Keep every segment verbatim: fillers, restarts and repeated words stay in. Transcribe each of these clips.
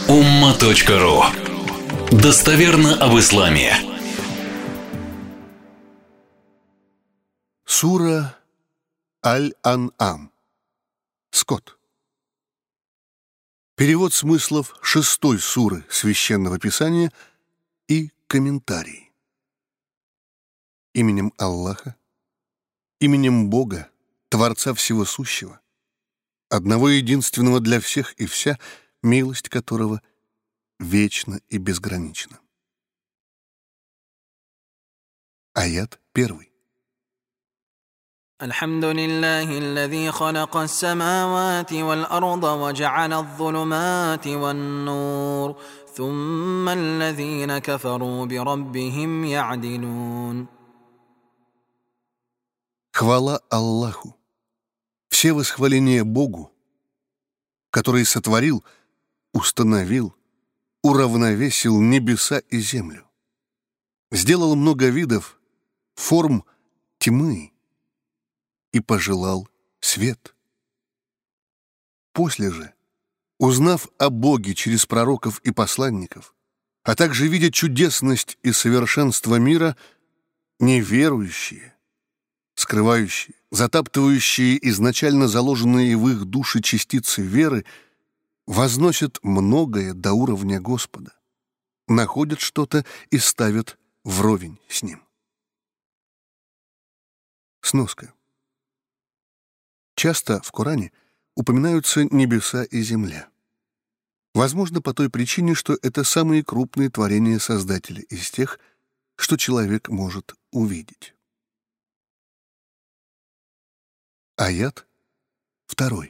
умма точка ру. Достоверно об исламе. Сура Аль-Ан'ам. Скот. Перевод смыслов шестой суры Священного Писания и комментарий. Именем Аллаха, именем Бога, Творца Всего Сущего, одного единственного для всех и вся, милость которого вечна и безгранична. Аят первый. الحمد لله الذي خلق السماوات والأرض وجعل الظلمات والنور ثم الذين كفروا بربهم يعدلون. Хвала Аллаху! Все восхваления Богу, который сотворил, установил, уравновесил небеса и землю, сделал много видов, форм тьмы и пожелал свет. После же, узнав о Боге через пророков и посланников, а также видя чудесность и совершенство мира, неверующие, скрывающие, затаптывающие изначально заложенные в их души частицы веры, возносят многое до уровня Господа, находят что-то и ставят вровень с Ним. Сноска. Часто в Коране упоминаются небеса и земля. Возможно, по той причине, что это самые крупные творения Создателя из тех, что человек может увидеть. Аят второй.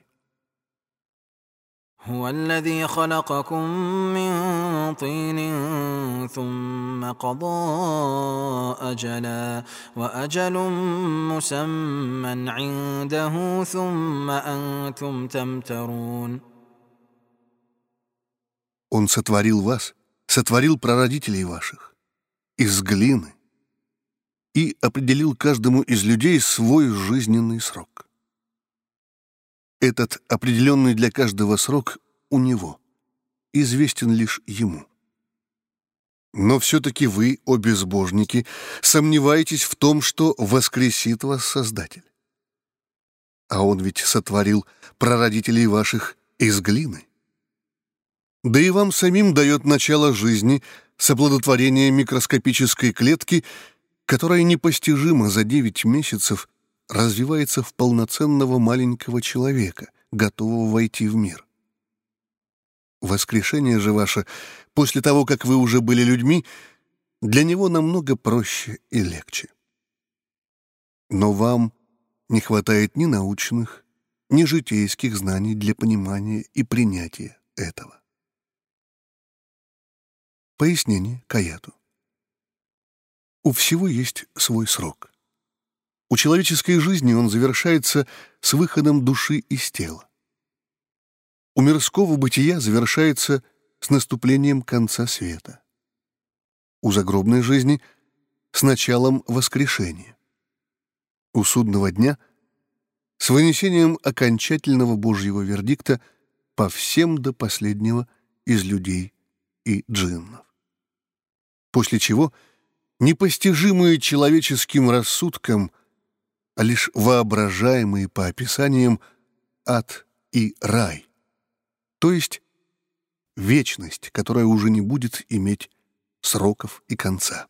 هو الذي خلقكم من طين ثم قضى أجلا وأجل مسمى عنده ثم أنتم تمترون. Он сотворил вас, сотворил прародителей ваших из глины и определил каждому из людей свой жизненный срок. Этот определенный для каждого срок у него, известен лишь ему. Но все-таки вы, о безбожники, сомневаетесь в том, что воскресит вас Создатель. А Он ведь сотворил прародителей ваших из глины. Да и вам самим дает начало жизни с оплодотворения микроскопической клетки, которая непостижимо за девять месяцев развивается в полноценного маленького человека, готового войти в мир. Воскрешение же ваше, после того, как вы уже были людьми, для него намного проще и легче. Но вам не хватает ни научных, ни житейских знаний для понимания и принятия этого. Пояснение к аяту. У всего есть свой срок. У человеческой жизни он завершается с выходом души из тела. У мирского бытия завершается с наступлением конца света. У загробной жизни — с началом воскрешения. У судного дня — с вынесением окончательного Божьего вердикта по всем до последнего из людей и джиннов. После чего непостижимые человеческим рассудком, а лишь воображаемые по описаниям ад и рай, то есть вечность, которая уже не будет иметь сроков и конца.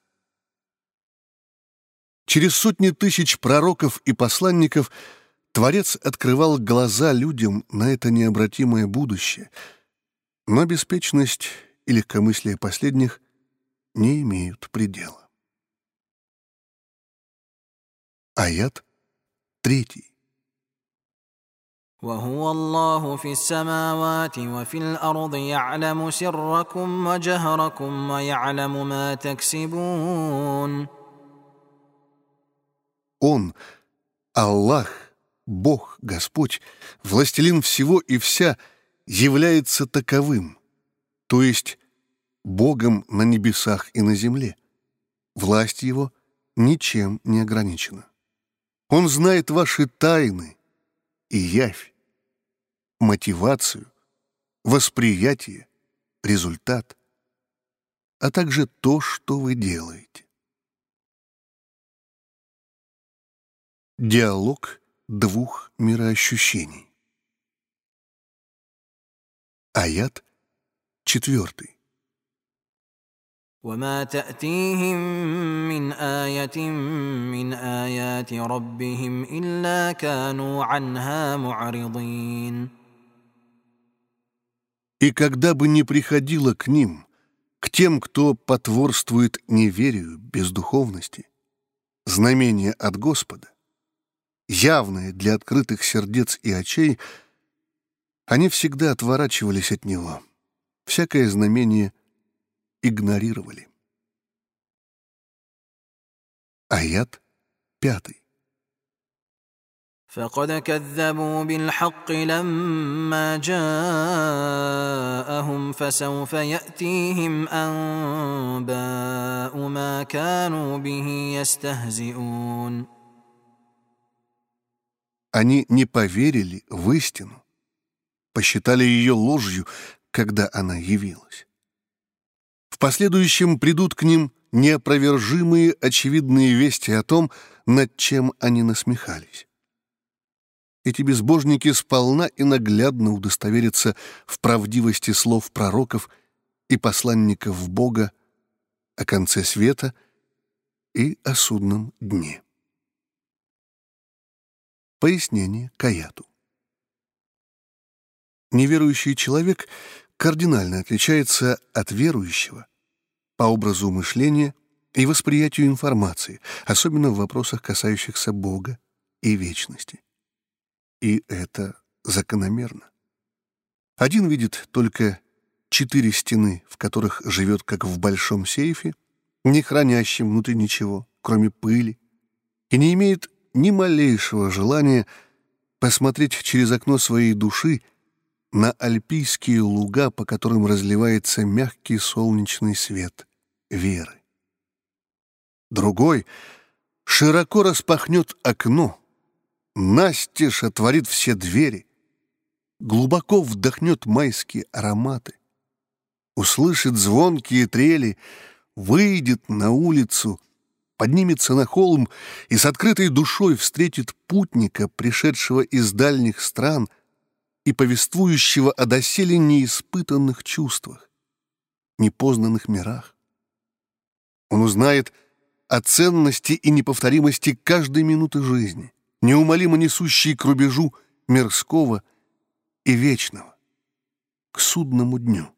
Через сотни тысяч пророков и посланников Творец открывал глаза людям на это необратимое будущее, но беспечность и легкомыслие последних не имеют предела. Аят третий. وهو الله في السماوات وفي الأرض يعلم سركم وجهركم ويعلم ما تكسبون. Он, Аллах, Бог, Господь, властелин всего и вся, является таковым, то есть Богом на небесах и на земле. Власть Его ничем не ограничена. Он знает ваши тайны и явь, мотивацию, восприятие результат, а также то, что вы делаете. Диалог двух мироощущений. Аят четвертый. وما تأتيهم من آية من آيات ربهم إلا كانوا عنها معرضين. И когда бы ни приходило к ним, к тем, кто потворствует неверию, бездуховности, знамение от Господа, явное для открытых сердец и очей, они всегда отворачивались от него, всякое знамение игнорировали. Аят пятый. فقد كذبوا بالحق لما جاءهم فسوف يأتيهم أنباء ما كانوا به يستهزئون. Они не поверили в истину, посчитали ее ложью, когда она явилась. В последующем придут к ним неопровержимые очевидные вести о том, над чем они насмехались. Эти безбожники сполна и наглядно удостоверятся в правдивости слов пророков и посланников Бога о конце света и о судном дне. Пояснение к аяту. Неверующий человек кардинально отличается от верующего по образу мышления и восприятию информации, особенно в вопросах, касающихся Бога и вечности. И это закономерно. Один видит только четыре стены, в которых живет, как в большом сейфе, не хранящем внутри ничего, кроме пыли, и не имеет ни малейшего желания посмотреть через окно своей души на альпийские луга, по которым разливается мягкий солнечный свет веры. Другой широко распахнет окно, настежь отворит все двери, глубоко вдохнет майские ароматы, услышит звонкие трели, выйдет на улицу, поднимется на холм и с открытой душой встретит путника, пришедшего из дальних стран и повествующего о доселе неиспытанных чувствах, непознанных мирах. Он узнает о ценности и неповторимости каждой минуты жизни, неумолимо несущей к рубежу мирского и вечного, к судному дню.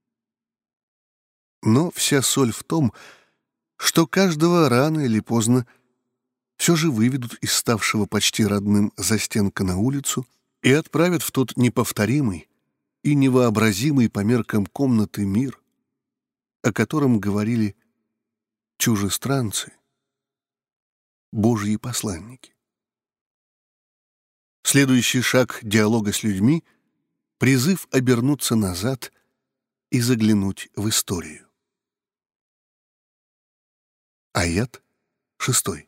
Но вся соль в том, что каждого рано или поздно все же выведут из ставшего почти родным застенка на улицу и отправят в тот неповторимый и невообразимый по меркам комнаты мир, о котором говорили чужестранцы, Божьи посланники. Следующий шаг диалога с людьми — призыв обернуться назад и заглянуть в историю. Аят шестой.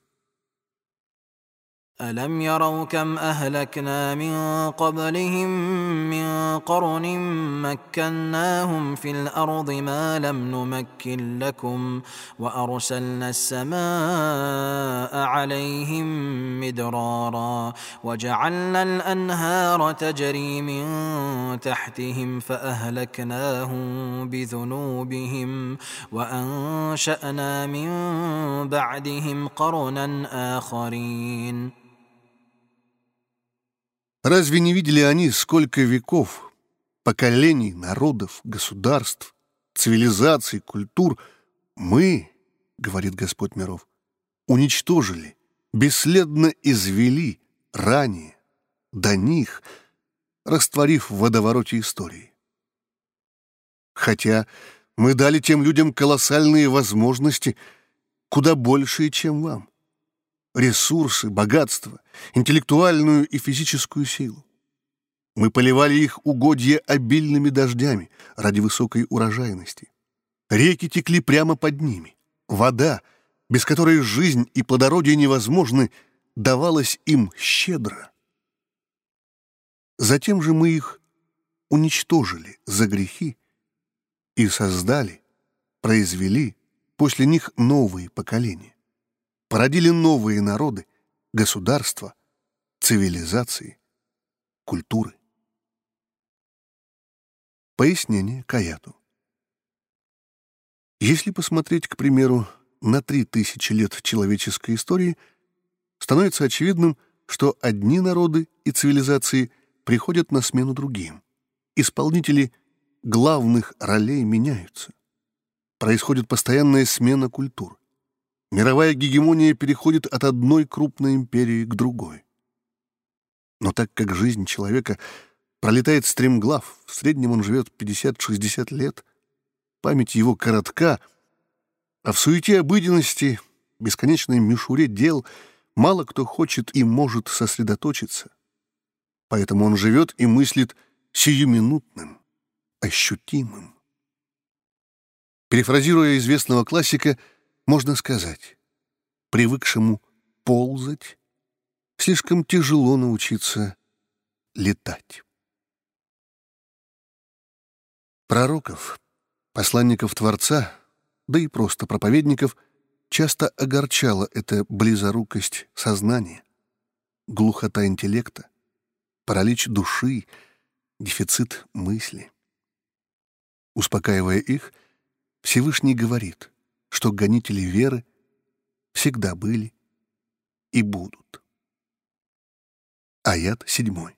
ألم يروا كم أهلكنا من قبلهم من قرن مكناهم في الأرض ما لم نمكن لكم وأرسلنا السماء عليهم مدرارا وجعلنا الأنهار تجري من تحتهم فأهلكناهم بذنوبهم وأنشأنا من بعدهم قرنا آخرين. Разве не видели они, сколько веков, поколений, народов, государств, цивилизаций, культур мы, говорит Господь миров, уничтожили, бесследно извели ранее, до них, растворив в водовороте истории? Хотя мы дали тем людям колоссальные возможности, куда большие, чем вам. Ресурсы, богатство, интеллектуальную и физическую силу. Мы поливали их угодья обильными дождями ради высокой урожайности. Реки текли прямо под ними. Вода, без которой жизнь и плодородие невозможны, давалась им щедро. Затем же мы их уничтожили за грехи и создали, произвели после них новые поколения, породили новые народы, государства, цивилизации, культуры. Пояснение к аяту. Если посмотреть, к примеру, на три тысячи лет человеческой истории, становится очевидным, что одни народы и цивилизации приходят на смену другим. Исполнители главных ролей меняются. Происходит постоянная смена культур. Мировая гегемония переходит от одной крупной империи к другой. Но так как жизнь человека пролетает стремглав, в среднем он живет пятьдесят-шестьдесят лет, память его коротка, а в суете обыденности, бесконечной мишуре дел мало кто хочет и может сосредоточиться. Поэтому он живет и мыслит сиюминутным, ощутимым. Перефразируя известного классика, можно сказать: привыкшему ползать слишком тяжело научиться летать. Пророков, посланников Творца, да и просто проповедников часто огорчала эта близорукость сознания, глухота интеллекта, паралич души, дефицит мысли. Успокаивая их, Всевышний говорит, что гонители веры всегда были и будут. Аят седьмой.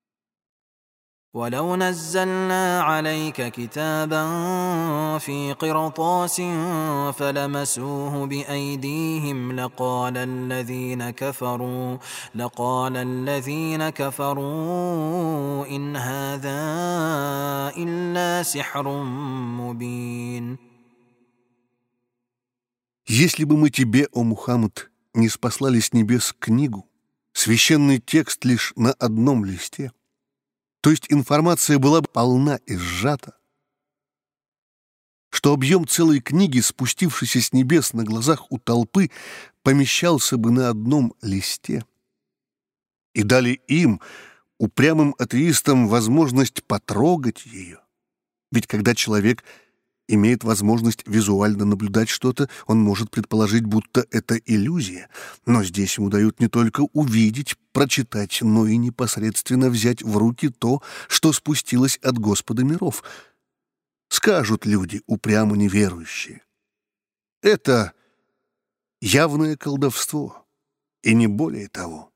ولو نزلنا عليك كتابا في قرطاس فلمسوه بأيديهم لقال الذين كفروا لقال الذين كفروا إن هذا إلا سحر مبين. Если бы мы тебе, о Мухаммад, не спаслали с небес книгу, священный текст лишь на одном листе, то есть информация была бы полна и сжата, что объем целой книги, спустившейся с небес на глазах у толпы, помещался бы на одном листе, и дали им, упрямым атеистам, возможность потрогать ее. Ведь когда человек имеет возможность визуально наблюдать что-то, он может предположить, будто это иллюзия. Но здесь ему дают не только увидеть, прочитать, но и непосредственно взять в руки то, что спустилось от Господа миров. Скажут люди, упрямо неверующие: это явное колдовство, и не более того.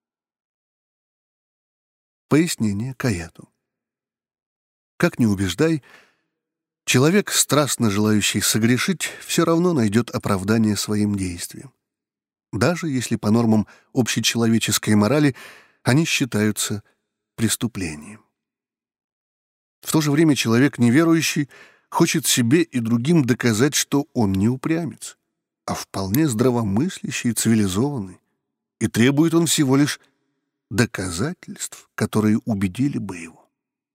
Пояснение к аяту. Как ни убеждай, человек, страстно желающий согрешить, все равно найдет оправдание своим действиям, даже если по нормам общечеловеческой морали они считаются преступлением. В то же время человек неверующий хочет себе и другим доказать, что он не упрямец, а вполне здравомыслящий и цивилизованный, и требует он всего лишь доказательств, которые убедили бы его.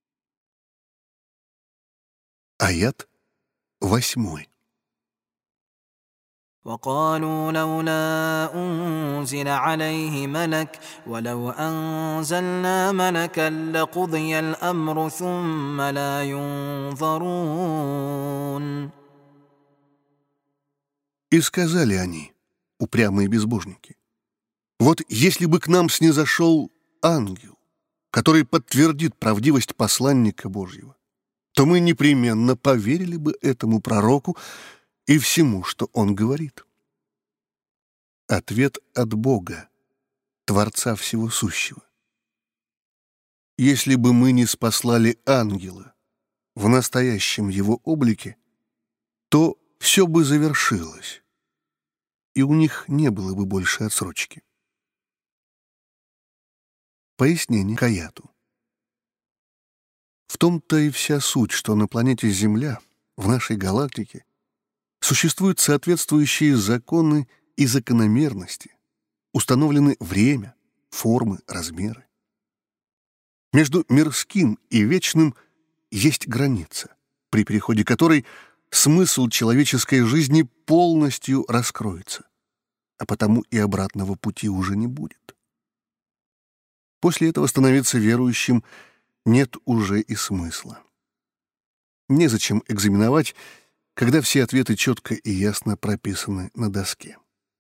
Аят восьмой. وقالوا لولا أنزل عليه ملك ولو أنزلنا ملكا لقضي الأمر ثم لا ينظرون. И сказали они, упрямые безбожники: вот если бы к нам снизошел ангел, который подтвердит правдивость посланника Божьего, то мы непременно поверили бы этому пророку и всему, что он говорит. Ответ от Бога, Творца всего сущего. Если бы мы не спаслали ангела в настоящем его облике, то все бы завершилось, и у них не было бы больше отсрочки. Пояснение к аяту. В том-то и вся суть, что на планете Земля, в нашей галактике, существуют соответствующие законы и закономерности, установлены время, формы, размеры. Между мирским и вечным есть граница, при переходе которой смысл человеческой жизни полностью раскроется, а потому и обратного пути уже не будет. После этого становиться верующим нет уже и смысла. незачем экзаменовать, когда все ответы четко и ясно прописаны на доске.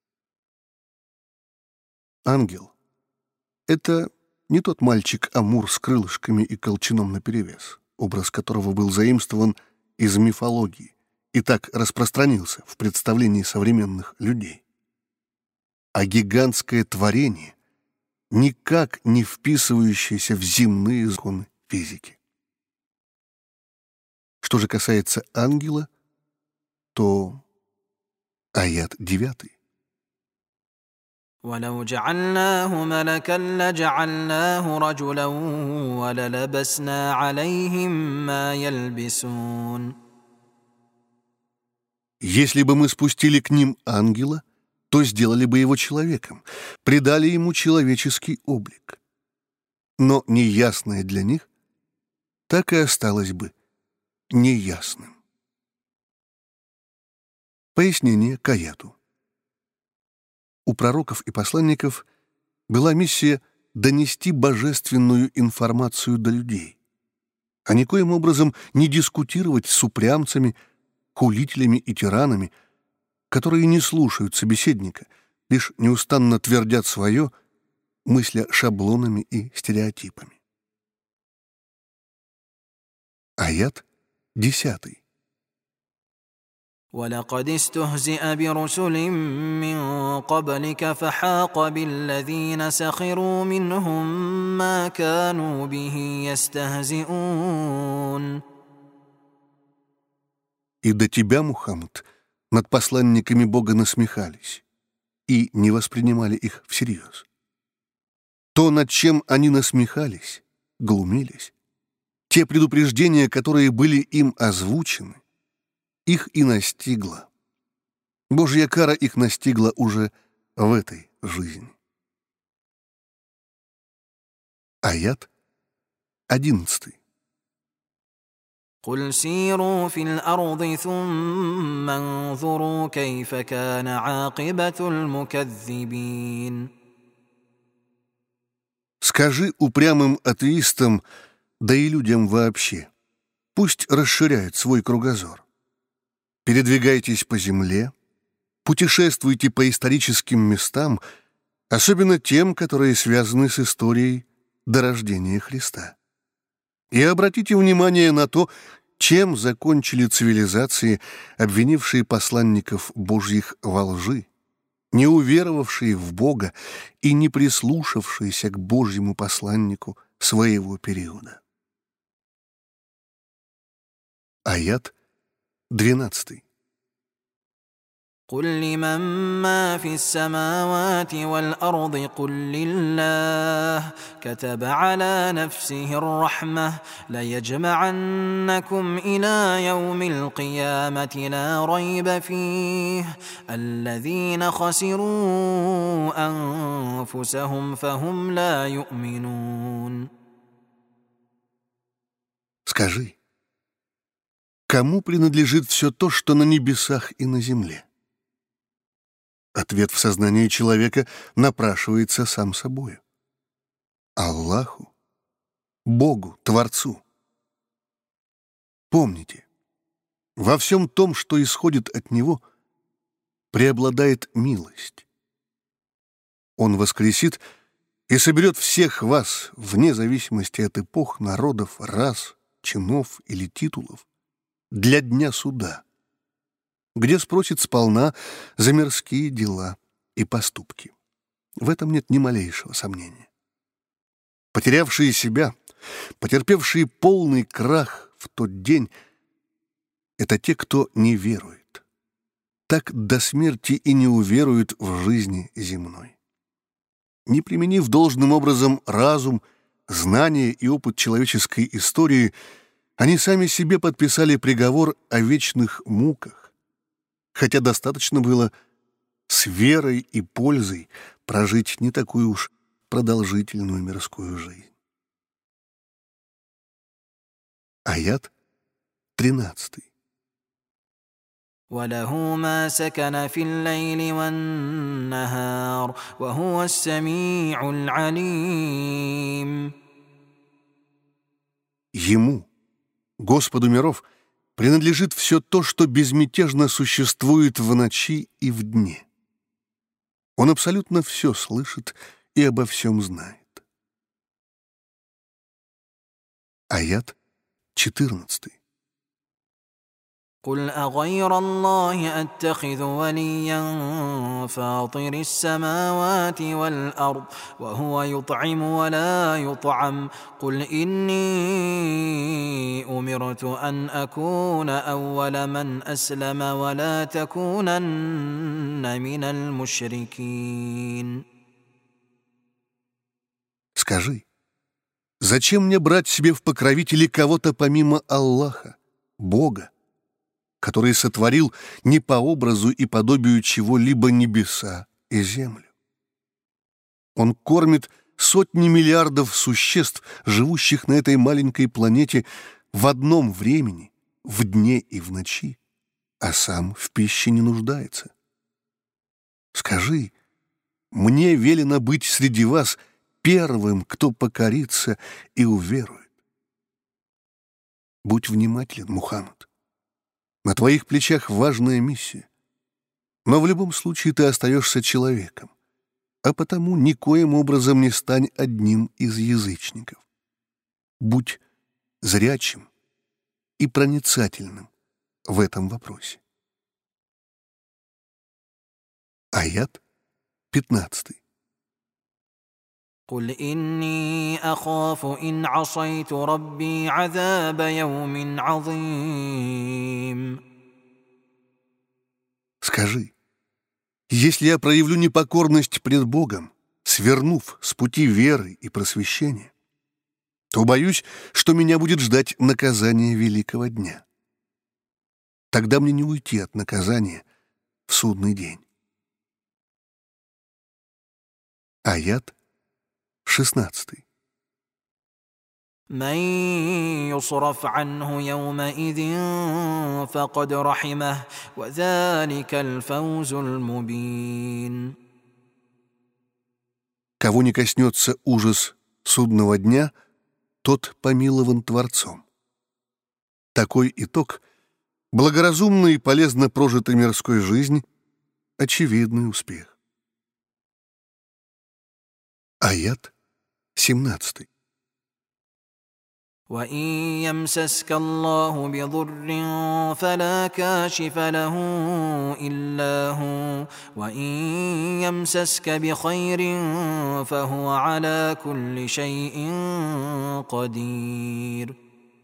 Ангел — это не тот мальчик-амур с крылышками и колчаном наперевес, образ которого был заимствован из мифологии и так распространился в представлении современных людей, а гигантское творение, никак не вписывающееся в земные законы физики. Что же касается ангела, то аят девятый. ولو جعلناه ملكا لجعلناه رجلا وللبسنا عليهم ما يلبسون. Если бы мы спустили к ним ангела, то сделали бы его человеком, придали ему человеческий облик. Но неясное для них так и осталось бы неясным. Пояснение к аяту. У пророков и посланников была миссия донести божественную информацию до людей, а никоим образом не дискутировать с упрямцами, хулителями и тиранами, которые не слушают собеседника, лишь неустанно твердят свое, мысля шаблонами и стереотипами. Аят десятый. ولقد استهزئ برسل من قبلك فحاق بالذين سخروا منهم ما كانوا به يستهزئون. И до тебя, Мухаммад, над посланниками Бога насмехались и не воспринимали их всерьез. То, над чем они насмехались, глумились, те предупреждения, которые были им озвучены, их и настигла. Божья кара их настигла уже в этой жизни. Аят одиннадцатый. قل سيروا في الأرض ثم انظروا كيف كان عاقبة المكذبين. Скажи упрямым атеистам, да и людям вообще, пусть расширяют свой кругозор. Передвигайтесь по земле, путешествуйте по историческим местам, особенно тем, которые связаны с историей до рождения Христа. И обратите внимание на то, чем закончили цивилизации, обвинившие посланников Божьих во лжи, не уверовавшие в Бога и не прислушавшиеся к Божьему посланнику своего периода. Аят двенадцатый. قل لمن ما في السماوات والأرض قل لله كتب على نفسه الرحمة ليجمعنكم إلى يوم القيامة لا ريب فيه الذين خسروا أنفسهم فهم لا يؤمنون. Скажи, кому принадлежит все то, что на небесах и на земле? Ответ в сознании человека напрашивается сам собою. Аллаху, Богу, Творцу. Помните, во всем том, что исходит от Него, преобладает милость. Он воскресит и соберет всех вас, вне зависимости от эпох, народов, рас, чинов или титулов, для дня суда, где спросит сполна за мирские дела и поступки. В этом нет ни малейшего сомнения. Потерявшие себя, потерпевшие полный крах в тот день — это те, кто не верует. Так до смерти и не уверуют в жизни земной. Не применив должным образом разум, знания и опыт человеческой истории, они сами себе подписали приговор о вечных муках, хотя достаточно было с верой и пользой прожить не такую уж продолжительную мирскую жизнь. Аят тринадцатый. وله ما سكن في الليل والنهار وهو السميع العليم. Ему, Господу миров, принадлежит все то, что безмятежно существует в ночи и в дне. Он абсолютно все слышит и обо всем знает. Аят четырнадцатый. قل أغير الله أتخذ وليا فاطر السماوات والأرض وهو يطعم ولا يطعم قل إني أمرت أن أكون أول من أسلم ولا تكونن من المشركين. Скажи, зачем мне брать себе в покровители кого-то помимо Аллаха, Бога, который сотворил не по образу и подобию чего-либо небеса и землю? Он кормит сотни миллиардов существ, живущих на этой маленькой планете в одном времени, в дне и в ночи, а сам в пище не нуждается. Скажи, мне велено быть среди вас первым, кто покорится и уверует. Будь внимателен, Мухаммад. На твоих плечах важная миссия. Но в любом случае ты остаешься человеком, а потому никоим образом не стань одним из язычников. Будь зрячим и проницательным в этом вопросе. Аят пятнадцатый. قل إني أخاف إن عصيت ربي عذاب يوم عظيم. Скажи, если я проявлю непокорность пред Богом, свернув с пути веры и просвещения, то боюсь, что меня будет ждать наказание великого дня. Тогда мне не уйти от наказания в судный день. Аят шестнадцатый. من يصرف عنه يومئذ فقد رحمه وذلك الفوز المبين. Кого не коснется ужас судного дня, тот помилован Творцом. Такой итог — благоразумно и полезно прожитой мирской жизни, очевидный успех. Аят семнадцатый. وإن يمسسك الله بضر فلا كاشف له إلا هو وإن يمسسك بخير فهو على كل شيء قدير.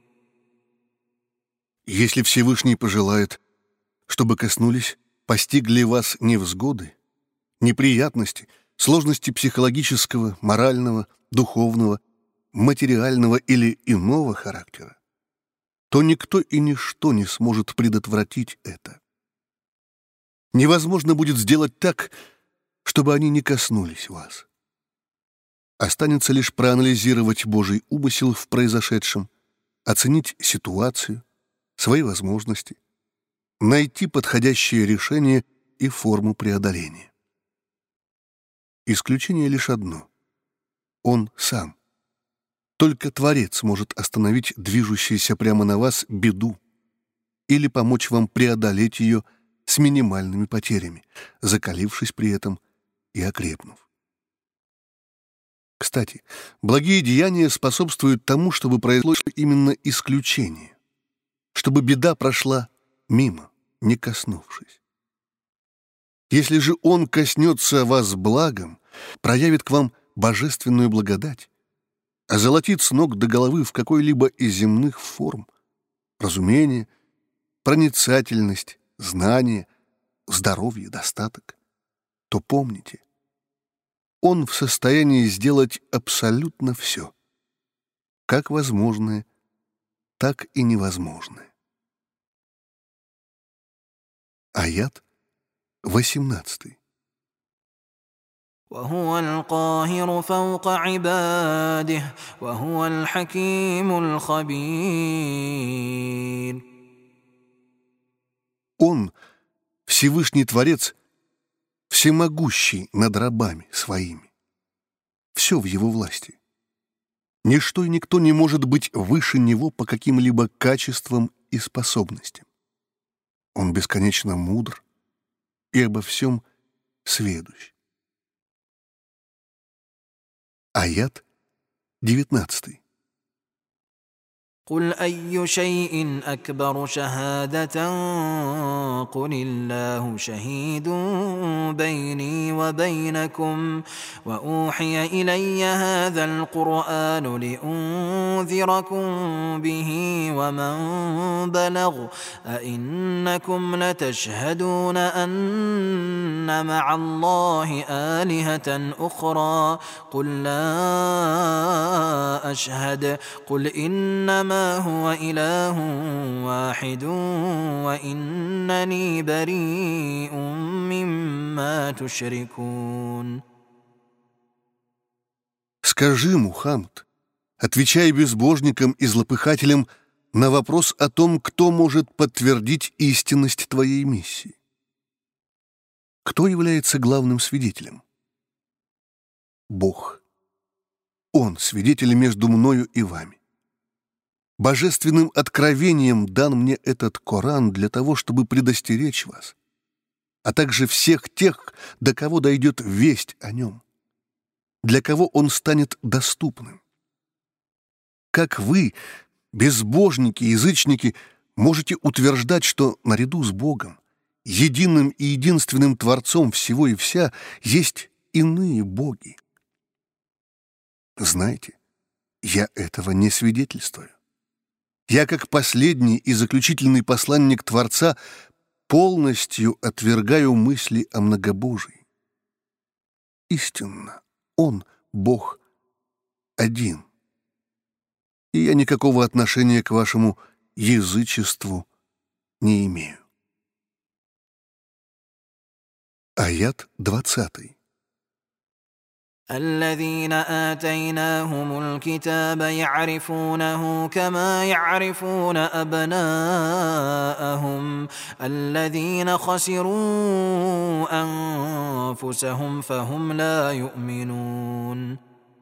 Если Всевышний пожелает, чтобы коснулись, постигли вас невзгоды, неприятности, сложности психологического, морального, духовного, материального или иного характера, то никто и ничто не сможет предотвратить это. Невозможно будет сделать так, чтобы они не коснулись вас. Останется лишь проанализировать Божий умысел в произошедшем, оценить ситуацию, свои возможности, найти подходящее решение и форму преодоления. Исключение лишь одно — Он сам. Только Творец может остановить движущуюся прямо на вас беду или помочь вам преодолеть ее с минимальными потерями, закалившись при этом и окрепнув. Кстати, благие деяния способствуют тому, чтобы произошло именно исключение, чтобы беда прошла мимо, не коснувшись. Если же Он коснется вас благом, проявит к вам божественную благодать, озолотит с ног до головы в какой-либо из земных форм разумение, проницательность, знание, здоровье, достаток, то помните, Он в состоянии сделать абсолютно все, как возможное, так и невозможное. Аят восемнадцатый. وهو القاهر فوق عباده وهو الحكيم الخبير. Он, Всевышний Творец, всемогущий над рабами своими. Все в Его власти. Ничто и никто не может быть выше Него по каким-либо качествам и способностям. Он бесконечно мудр и обо всем сведущ. Аят девятнадцатый. قل أي شيء أكبر شهادة قل الله شهيد بيني وبينكم وأوحي إلي هذا القرآن لأنذركم به ومن بلغ أئنكم لتشهدون أن مع الله آلهة أخرى قل لا أشهد قل إنما هو إله واحد وإنني بريء مما تشركون. Скажи, Мухаммад, отвечая безбожникам и злопыхателям на вопрос о том, кто может подтвердить истинность твоей миссии. Кто является главным свидетелем? Бог. Он свидетель между мною и вами. Божественным откровением дан мне этот Коран для того, чтобы предостеречь вас, а также всех тех, до кого дойдет весть о нем, для кого он станет доступным. Как вы, безбожники, язычники, можете утверждать, что наряду с Богом, единым и единственным Творцом всего и вся, есть иные боги? Знаете, я этого не свидетельствую. Я, как последний и заключительный посланник Творца, полностью отвергаю мысли о многобожии. Истинно, Он, Бог, один. И я никакого отношения к вашему язычеству не имею. Аят двадцатый. الذين آتيناهم الكتاب يعرفونه كما يعرفون أبناءهم الذين خسروا أنفسهم فهم لا يؤمنون.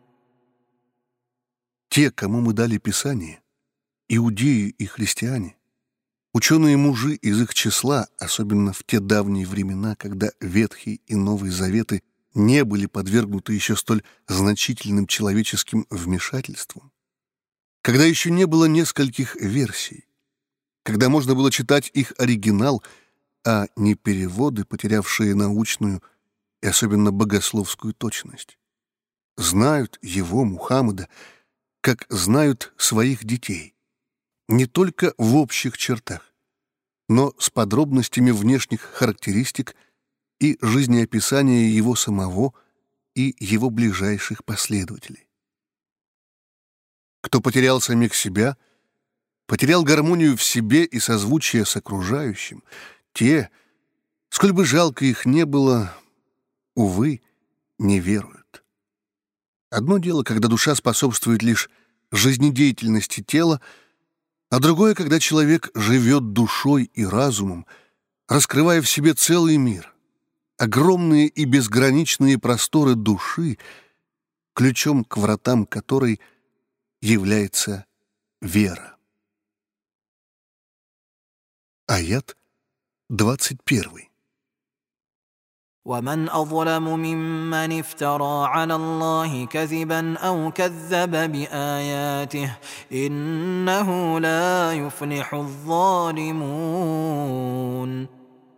Те, кому мы дали Писание, иудеи и христиане, ученые-мужи из их числа, особенно в те давние времена, когда Ветхий и Новый Заветы не были подвергнуты еще столь значительным человеческим вмешательствам, когда еще не было нескольких версий, когда можно было читать их оригинал, а не переводы, потерявшие научную и особенно богословскую точность, знают его, Мухаммада, как знают своих детей, не только в общих чертах, но с подробностями внешних характеристик и жизнеописания его самого и его ближайших последователей. Кто потерял самих себя, потерял гармонию в себе и созвучие с окружающим, те, сколь бы жалко их не было, увы, не веруют. Одно дело, когда душа способствует лишь жизнедеятельности тела, а другое, когда человек живет душой и разумом, раскрывая в себе целый мир, огромные и безграничные просторы души, ключом к вратам которой является вера. Аят двадцать первый. ومن أظلم ممن افترى على الله كذبا أو كذب بآياته إنه لا يفلح الظالمون.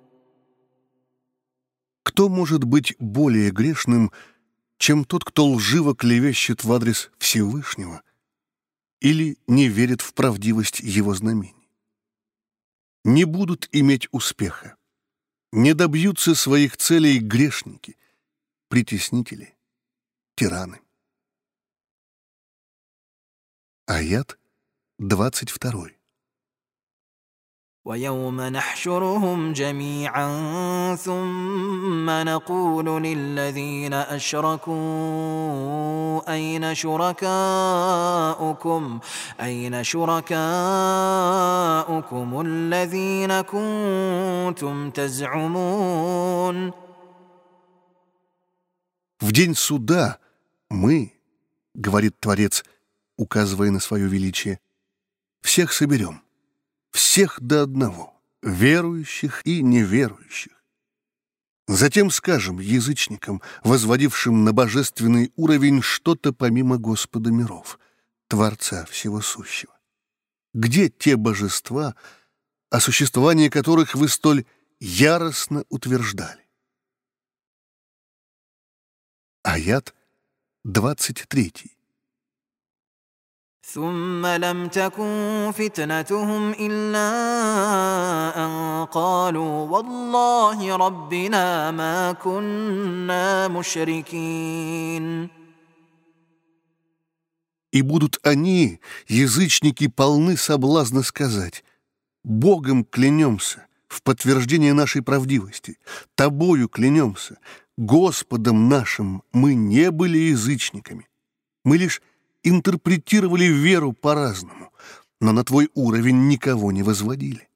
Кто может быть более грешным, чем тот, кто лживо клевещет в адрес Всевышнего или не верит в правдивость его знамений? Не будут иметь успеха, не добьются своих целей грешники, притеснители, тираны. Аят двадцать второй. ويوم نحشرهم جميعا ثم نقول للذين أشركوا أين شركاؤكم أين شركاؤكم الذين كنتم تزعمون. В день суда мы, говорит Творец, указывая на свое величие, всех соберем всех до одного, верующих и неверующих. Затем скажем язычникам, возводившим на божественный уровень что-то помимо Господа миров, Творца всего сущего. Где те божества, о существовании которых вы столь яростно утверждали? Аят двадцать третий. ثم لم تكن فتنتهم إلا أن قالوا والله ربنا ما كنا مشركين. И будут они, язычники, полны соблазна сказать: Богом клянемся в подтверждение нашей правдивости, Тобою клянемся, Господом нашим мы не были язычниками. Мы лишь интерпретировали веру по-разному, но на твой уровень никого не возводили.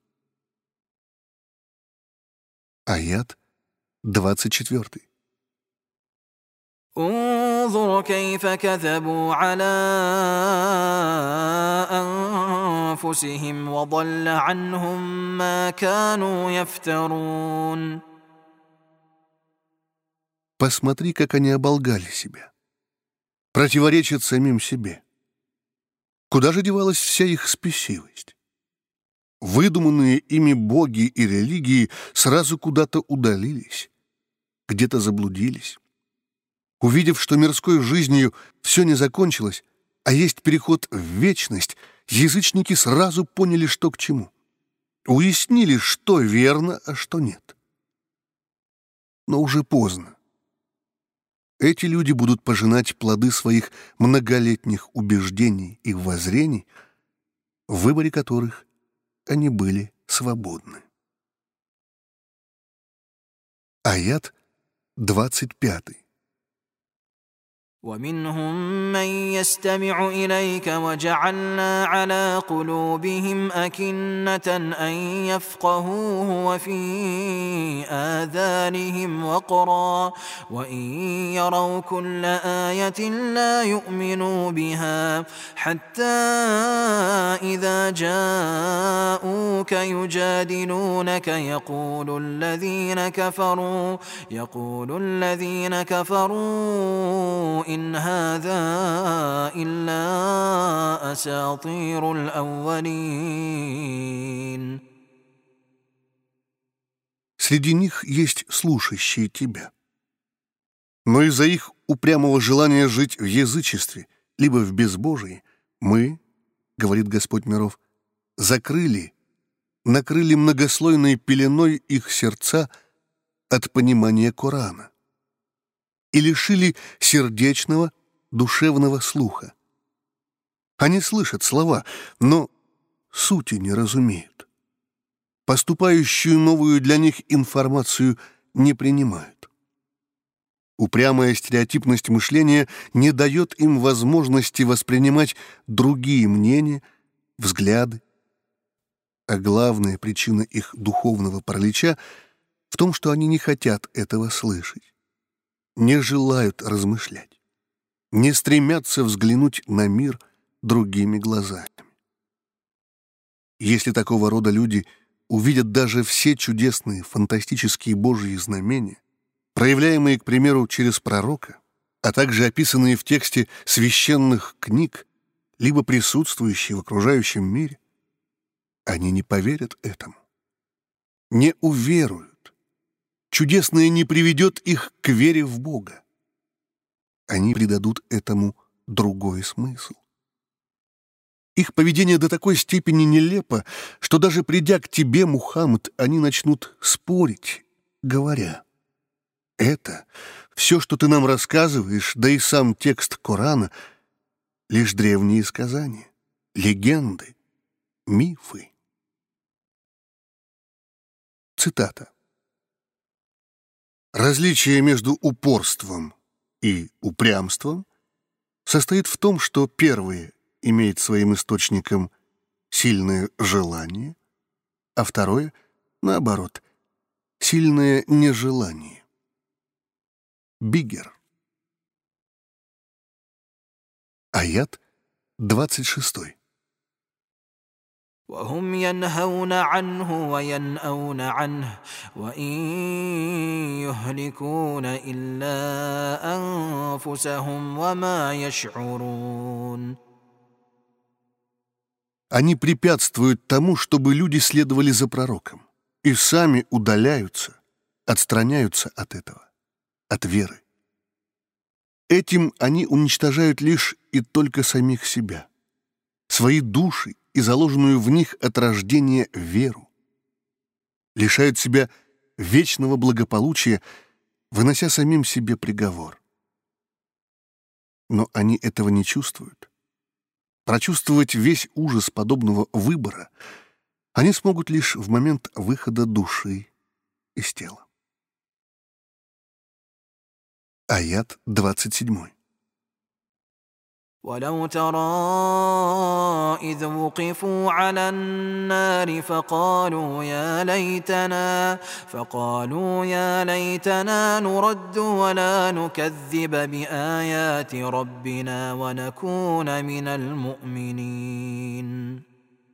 Аят двадцать четвертый. انظر كيف كذبوا على أنفسهم وضل عنهم ما كانوا يفترون. Посмотри, как они оболгали себя, противоречат самим себе. Куда же девалась вся их спесивость? Выдуманные ими боги и религии сразу куда-то удалились, где-то заблудились. Увидев, что мирской жизнью все не закончилось, а есть переход в вечность, язычники сразу поняли, что к чему. Уяснили, что верно, а что нет. Но уже поздно. Эти люди будут пожинать плоды своих многолетних убеждений и воззрений, в выборе которых они были свободны. Аят двадцать пятый. ومنهم من يستمع إليك وجعلنا على قلوبهم أكنة أن يفقهوه وفي آذانهم وقرا وإن يروا كل آية لا يؤمنوا بها حتى إذا جاءوك يجادلونك يقول الذين كفروا يقول الذين كفروا إن هذا إلا أساطير الأولين. Среди них есть слушающие тебя. Но из-за их упрямого желания жить в язычестве, либо в безбожии, мы, говорит Господь миров, закрыли, накрыли многослойной пеленой их сердца от понимания Корана и лишили сердечного, душевного слуха. Они слышат слова, но сути не разумеют. Поступающую новую для них информацию не принимают. Упрямая стереотипность мышления не дает им возможности воспринимать другие мнения, взгляды. А главная причина их духовного паралича в том, что они не хотят этого слышать, не желают размышлять, не стремятся взглянуть на мир другими глазами. Если такого рода люди увидят даже все чудесные, фантастические Божьи знамения, проявляемые, к примеру, через пророка, а также описанные в тексте священных книг, либо присутствующие в окружающем мире, они не поверят этому, не уверуют. Чудесное не приведет их к вере в Бога. Они придадут этому другой смысл. Их поведение до такой степени нелепо, что даже придя к тебе, Мухаммад, они начнут спорить, говоря: это все, что ты нам рассказываешь, да и сам текст Корана — лишь древние сказания, легенды, мифы. Цитата. Различие между упорством и упрямством состоит в том, что первое имеет своим источником сильное желание, а второе, наоборот, сильное нежелание. Биггер. Аят двадцать шестой. وهم ينهون عنه وينأون عنه وإن يهلكون إلا أنفسهم وما يشعرون. Они препятствуют тому, чтобы люди следовали за пророком, и сами удаляются, отстраняются от этого, от веры. Этим они уничтожают лишь и только самих себя, свои души и заложенную в них от рождения веру, лишают себя вечного благополучия, вынося самим себе приговор. Но они этого не чувствуют. Прочувствовать весь ужас подобного выбора они смогут лишь в момент выхода души из тела. Аят двадцать семь. ولو ترى إذ وقفوا على النار فقالوا يا ليتنا فقالوا يا ليتنا نرد ولا نكذب بآيات ربنا ونكون من المؤمنين.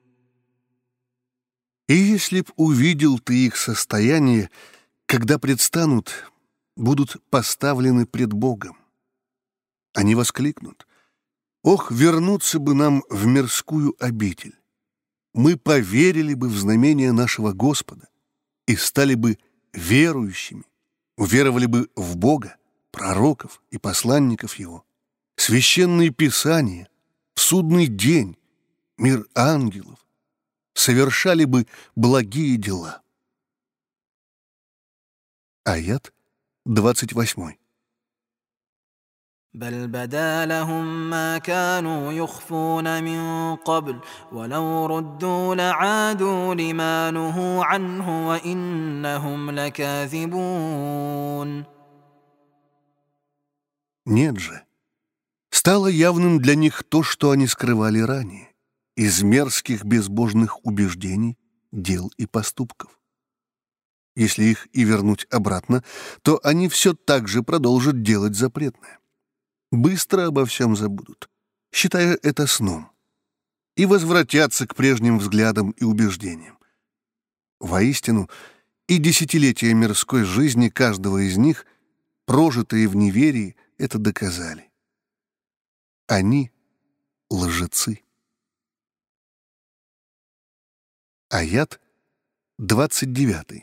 И если б увидел ты их состояние, когда предстанут, будут поставлены пред Богом, они воскликнут: «Ох, вернуться бы нам в мирскую обитель! Мы поверили бы в знамения нашего Господа и стали бы верующими, уверовали бы в Бога, пророков и посланников Его, священные писания, в судный день, мир ангелов, совершали бы благие дела». Аят двадцать восемь. بل بدا لهم ما كانوا يخفون من قبل ولو ردوا لعادوا لما نهوا عنه وإنهم لكاذبون. Нет же, стало явным для них то, что они скрывали ранее, из мерзких безбожных убеждений, дел и поступков. Если их и вернуть обратно, то они все так же продолжат делать запретное. Быстро обо всем забудут, считая это сном, и возвратятся к прежним взглядам и убеждениям. Воистину, и десятилетия мирской жизни каждого из них, прожитые в неверии, это доказали. Они — лжецы. Аят двадцать девять.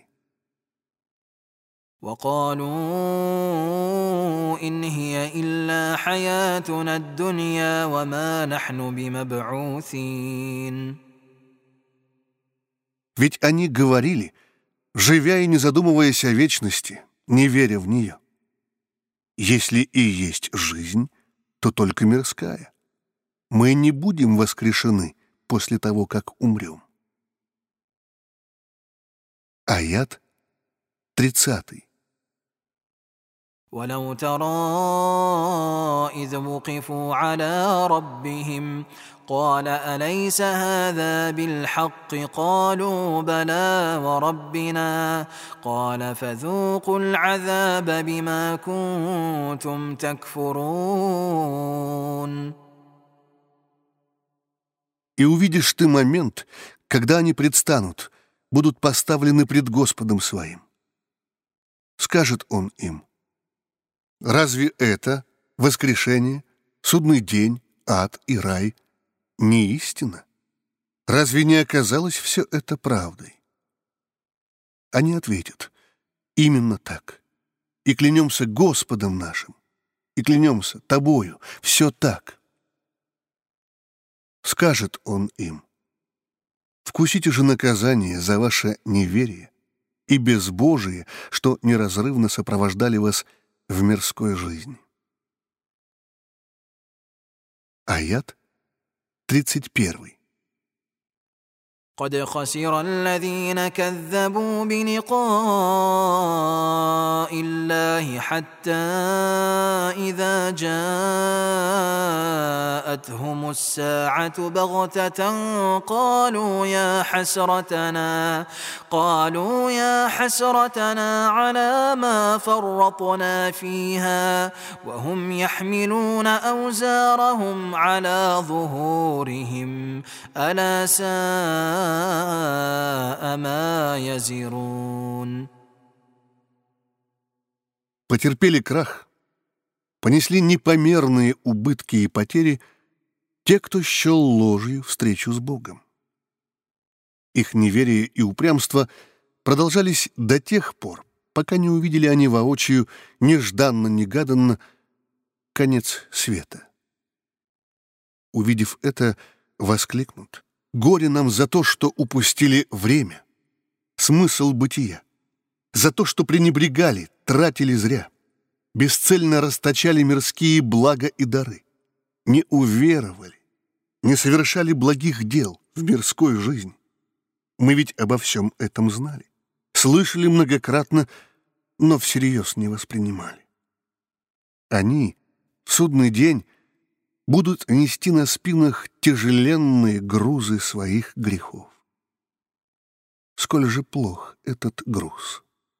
وقالوا إن هي إلا حياتنا الدنيا وما نحن بمبعوثين. Ведь они говорили, живя и не задумываясь о вечности, не веря в нее: если и есть жизнь, то только мирская. Мы не будем воскрешены после того, как умрем. Аят тридцатый. ولو ترى إذ وقفوا على ربهم قال أليس هذا بالحق قالوا بلى وربنا قال فذوقوا العذاب بما كنتم تكفرون. И увидишь ты момент, когда они предстанут, будут поставлены пред Господом своим. Скажет Он им: разве это воскрешение, судный день, ад и рай не истина? Разве не оказалось все это правдой? Они ответят: именно так. И клянемся Господом нашим, и клянемся тобою, все так. Скажет Он им: вкусите же наказание за ваше неверие и безбожие, что неразрывно сопровождали вас в мирской жизни. Аят тридцать один. قد خسر الذين كذبوا بلقاء الله حتى إذا جاءتهم الساعة بغتة قالوا يا حسرتنا قالوا يا حسرتنا على ما فرطنا فيها وهم يحملون أوزارهم على ظهورهم ألا ساء ساء ما يزرون. Потерпели крах, понесли непомерные убытки и потери те, кто счел ложью встречу с Богом. Их неверие и упрямство продолжались до тех пор, пока не увидели они воочию нежданно-негаданно конец света. Увидев это, воскликнут: «Горе нам за то, что упустили время, смысл бытия, за то, что пренебрегали, тратили зря, бесцельно расточали мирские блага и дары, не уверовали, не совершали благих дел в мирской жизни. Мы ведь обо всем этом знали, слышали многократно, но всерьез не воспринимали. Они в судный день будут нести на спинах тяжеленные грузы своих грехов. Сколь же плох этот груз!»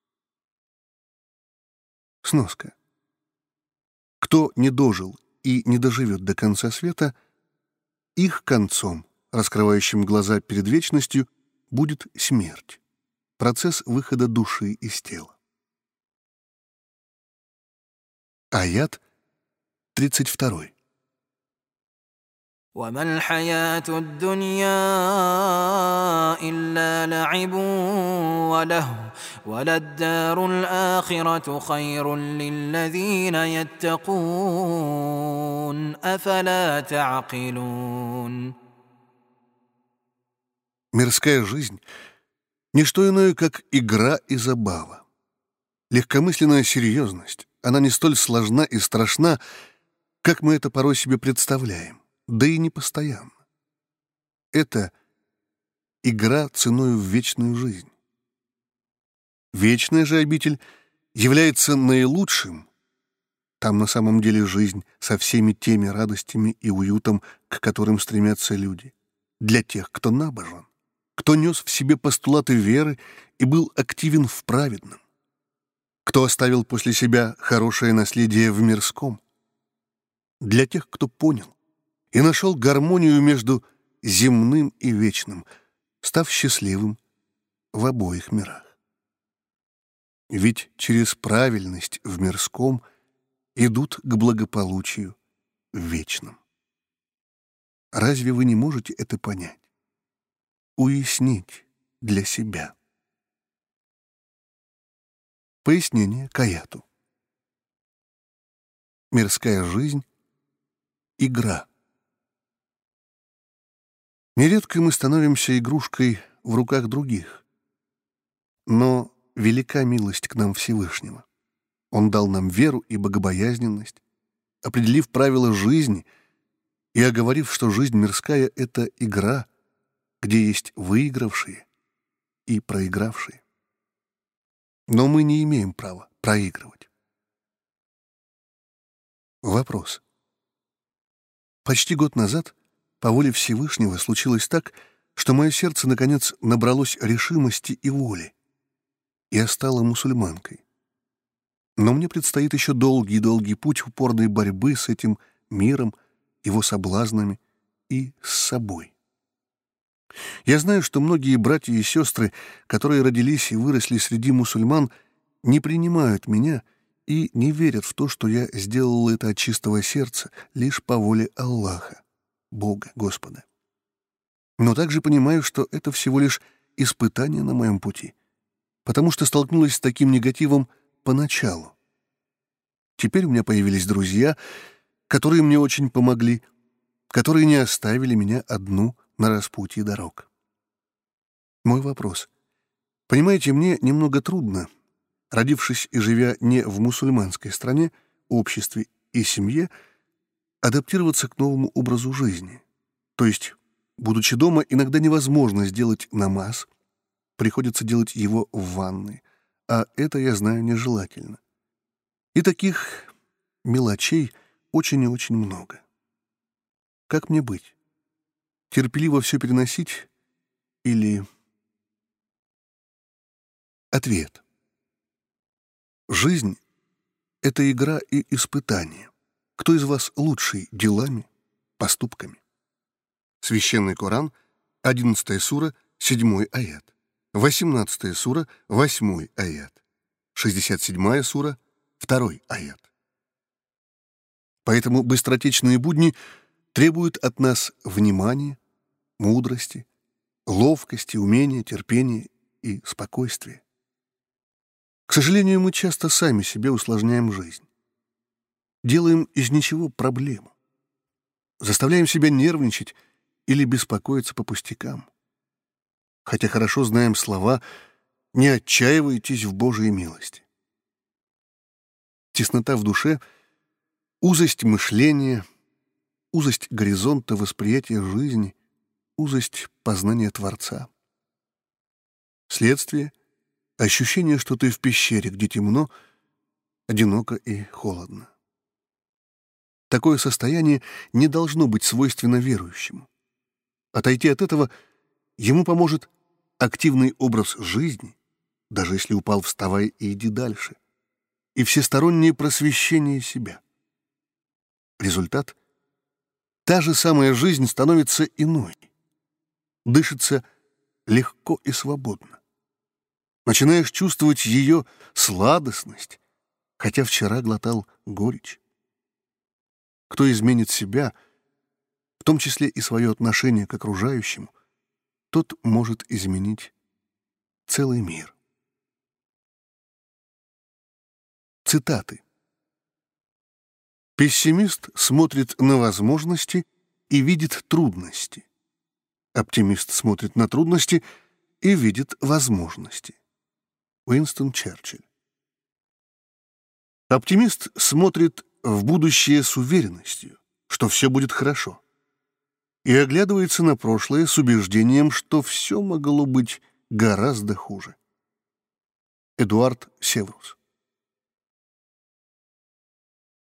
Сноска. Кто не дожил и не доживет до конца света, их концом, раскрывающим глаза перед вечностью, будет смерть, процесс выхода души из тела. Аят тридцать два. وما الحياة الدنيا إلا لعب ولهو وللدار الآخرة خير للذين يتقون أفلا تعقلون. Мирская жизнь — не что иное, как игра и забава. Легкомысленная серьезность, она не столь сложна и страшна, как мы это порой себе представляем, да и не постоянно. Это игра ценою в вечную жизнь. Вечная же обитель является наилучшим. Там на самом деле жизнь со всеми теми радостями и уютом, к которым стремятся люди, для тех, кто набожен, кто нес в себе постулаты веры и был активен в праведном, кто оставил после себя хорошее наследие в мирском, для тех, кто понял и нашел гармонию между земным и вечным, став счастливым в обоих мирах. Ведь через правильность в мирском идут к благополучию в вечном. Разве вы не можете это понять, уяснить для себя? Пояснение к аяту. Мирская жизнь — игра. Нередко мы становимся игрушкой в руках других. Но велика милость к нам Всевышнего. Он дал нам веру и богобоязненность, определив правила жизни и оговорив, что жизнь мирская — это игра, где есть выигравшие и проигравшие. Но мы не имеем права проигрывать. Вопрос. Почти год назад по воле Всевышнего случилось так, что мое сердце, наконец, набралось решимости и воли. Я стала мусульманкой. Но мне предстоит еще долгий-долгий путь упорной борьбы с этим миром, его соблазнами и с собой. Я знаю, что многие братья и сестры, которые родились и выросли среди мусульман, не принимают меня и не верят в то, что я сделала это от чистого сердца лишь по воле Аллаха, Бога, Господа. Но также понимаю, что это всего лишь испытание на моем пути, потому что столкнулась с таким негативом поначалу. Теперь у меня появились друзья, которые мне очень помогли, которые не оставили меня одну на распутье дорог. Мой вопрос. Понимаете, мне немного трудно, родившись и живя не в мусульманской стране, обществе и семье, адаптироваться к новому образу жизни. То есть, будучи дома, иногда невозможно сделать намаз, приходится делать его в ванной, а это, я знаю, нежелательно. И таких мелочей очень и очень много. Как мне быть? Терпеливо все переносить или... Ответ. Жизнь — это игра и испытание. Кто из вас лучший делами, поступками? Священный Коран, одиннадцатая сура, седьмой аят. восемнадцатая сура, восьмой аят. шестьдесят седьмая сура, второй аят. Поэтому быстротечные будни требуют от нас внимания, мудрости, ловкости, умения, терпения и спокойствия. К сожалению, мы часто сами себе усложняем жизнь. Делаем из ничего проблему. Заставляем себя нервничать или беспокоиться по пустякам. Хотя хорошо знаем слова «не отчаивайтесь в Божьей милости». Теснота в душе, узость мышления, узость горизонта восприятия жизни, узость познания Творца. Следствие — ощущение, что ты в пещере, где темно, одиноко и холодно. Такое состояние не должно быть свойственно верующему. Отойти от этого ему поможет активный образ жизни, даже если упал, вставай и иди дальше, и всестороннее просвещение себя. Результат — та же самая жизнь становится иной, дышится легко и свободно. Начинаешь чувствовать ее сладостность, хотя вчера глотал горечь. Кто изменит себя, в том числе и свое отношение к окружающему, тот может изменить целый мир. Цитаты. Пессимист смотрит на возможности и видит трудности. Оптимист смотрит на трудности и видит возможности. Уинстон Черчилль. Оптимист смотрит в будущее с уверенностью, что все будет хорошо, и оглядывается на прошлое с убеждением, что все могло быть гораздо хуже. Эдуард Севрус.